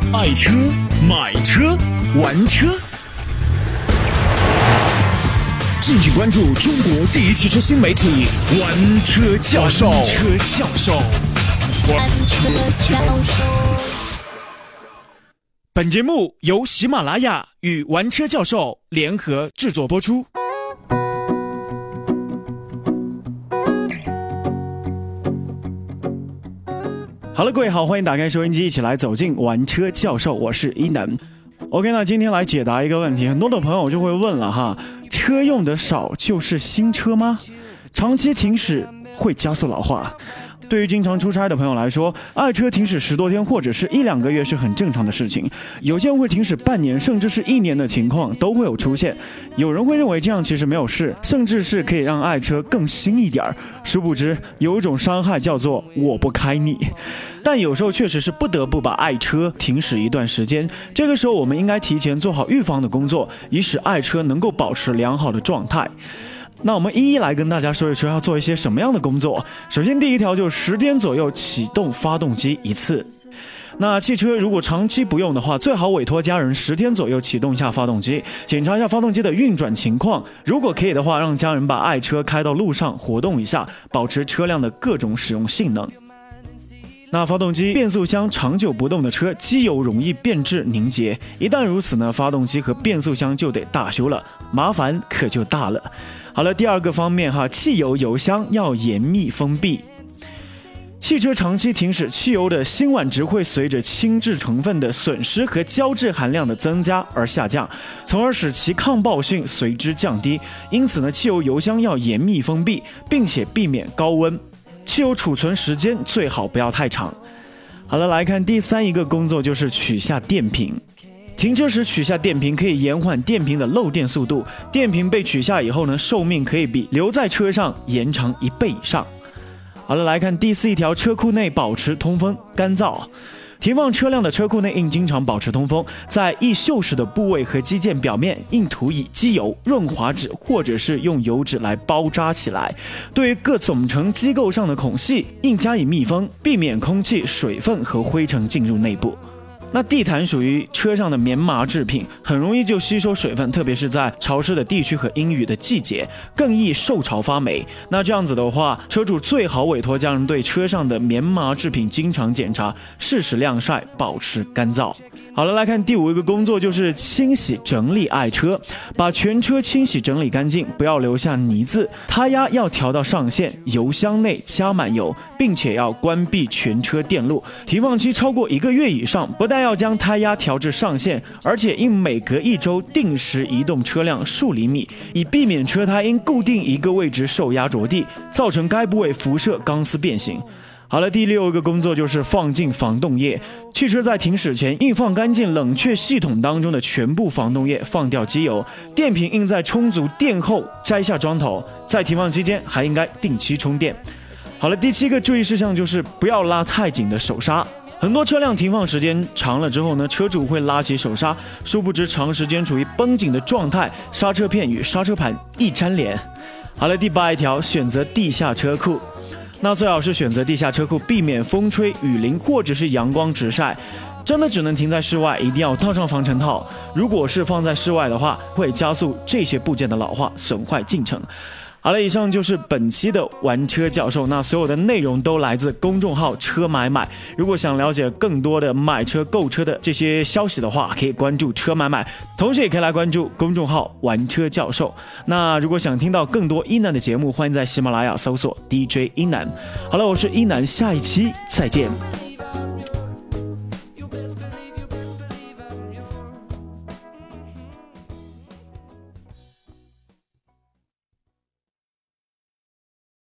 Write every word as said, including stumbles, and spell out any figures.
爱车、买车、玩车，敬请关注中国第一汽车新媒体玩车教授。玩车教授，玩车教授。本节目由喜马拉雅与玩车教授联合制作播出。好了，各位好，欢迎打开收音机，一起来走进玩车教授，我是一南。OK， 那今天来解答一个问题，很多的朋友就会问了哈，车用的少就是新车吗？长期停驶会加速老化？对于经常出差的朋友来说，爱车停驶十多天或者是一两个月是很正常的事情，有些人会停驶半年甚至是一年的情况都会有出现。有人会认为这样其实没有事，甚至是可以让爱车更新一点，殊不知有一种伤害叫做我不开你。但有时候确实是不得不把爱车停驶一段时间，这个时候我们应该提前做好预防的工作，以使爱车能够保持良好的状态。那我们一一来跟大家说一说要做一些什么样的工作。首先第一条就是十天左右启动发动机一次。那汽车如果长期不用的话，最好委托家人十天左右启动一下发动机，检查一下发动机的运转情况，如果可以的话，让家人把爱车开到路上活动一下，保持车辆的各种使用性能。那发动机、变速箱长久不动的车，机油容易变质凝结，一旦如此呢，发动机和变速箱就得大修了，麻烦可就大了。好了，第二个方面哈，汽油油箱要严密封闭。汽车长期停驶，汽油的辛烷值会随着氢质成分的损失和胶质含量的增加而下降，从而使其抗爆性随之降低。因此呢，汽油油箱要严密封闭，并且避免高温。汽油储存时间最好不要太长。好了，来看第三一个工作，就是取下电瓶。停车时取下电瓶可以延缓电瓶的漏电速度，电瓶被取下以后呢，寿命可以比留在车上延长一倍以上。好了，来看第四一条，车库内保持通风干燥。停放车辆的车库内应经常保持通风，在易锈蚀的部位和机件表面应涂以机油、润滑纸或者是用油纸来包扎起来。对于各总成机构上的孔隙应加以密封，避免空气、水分和灰尘进入内部。那地毯属于车上的棉麻制品，很容易就吸收水分，特别是在潮湿的地区和阴雨的季节，更易受潮发霉。那这样子的话，车主最好委托家人对车上的棉麻制品经常检查，适时晾晒，保持干燥。好了，来看第五一个工作，就是清洗整理爱车，把全车清洗整理干净，不要留下泥渍。胎压要调到上限，油箱内加满油，并且要关闭全车电路。停放期超过一个月以上，不但要将胎压调至上限，而且应每隔一周定时移动车辆数厘米，以避免车胎因固定一个位置受压着地，造成该部位辐射钢丝变形。好了，第六个工作就是放进防冻液。汽车在停驶前应放干净冷却系统当中的全部防冻液，放掉机油。电瓶应在充足电后摘下桩头，在停放期间还应该定期充电。好了，第七个注意事项就是不要拉太紧的手刹。很多车辆停放时间长了之后呢，车主会拉起手刹，殊不知长时间处于绷紧的状态，刹车片与刹车盘易粘连。好了，第八一条，选择地下车库。那最好是选择地下车库，避免风吹、雨淋或者是阳光直晒。真的只能停在室外，一定要套上防尘套。如果是放在室外的话，会加速这些部件的老化，损坏进程。好了，以上就是本期的玩车教授。那所有的内容都来自公众号车买买。如果想了解更多的买车、购车的这些消息的话，可以关注车买买，同时也可以来关注公众号玩车教授。那如果想听到更多一南的节目，欢迎在喜马拉雅搜索 D J 一南。好了，我是一南，下一期再见。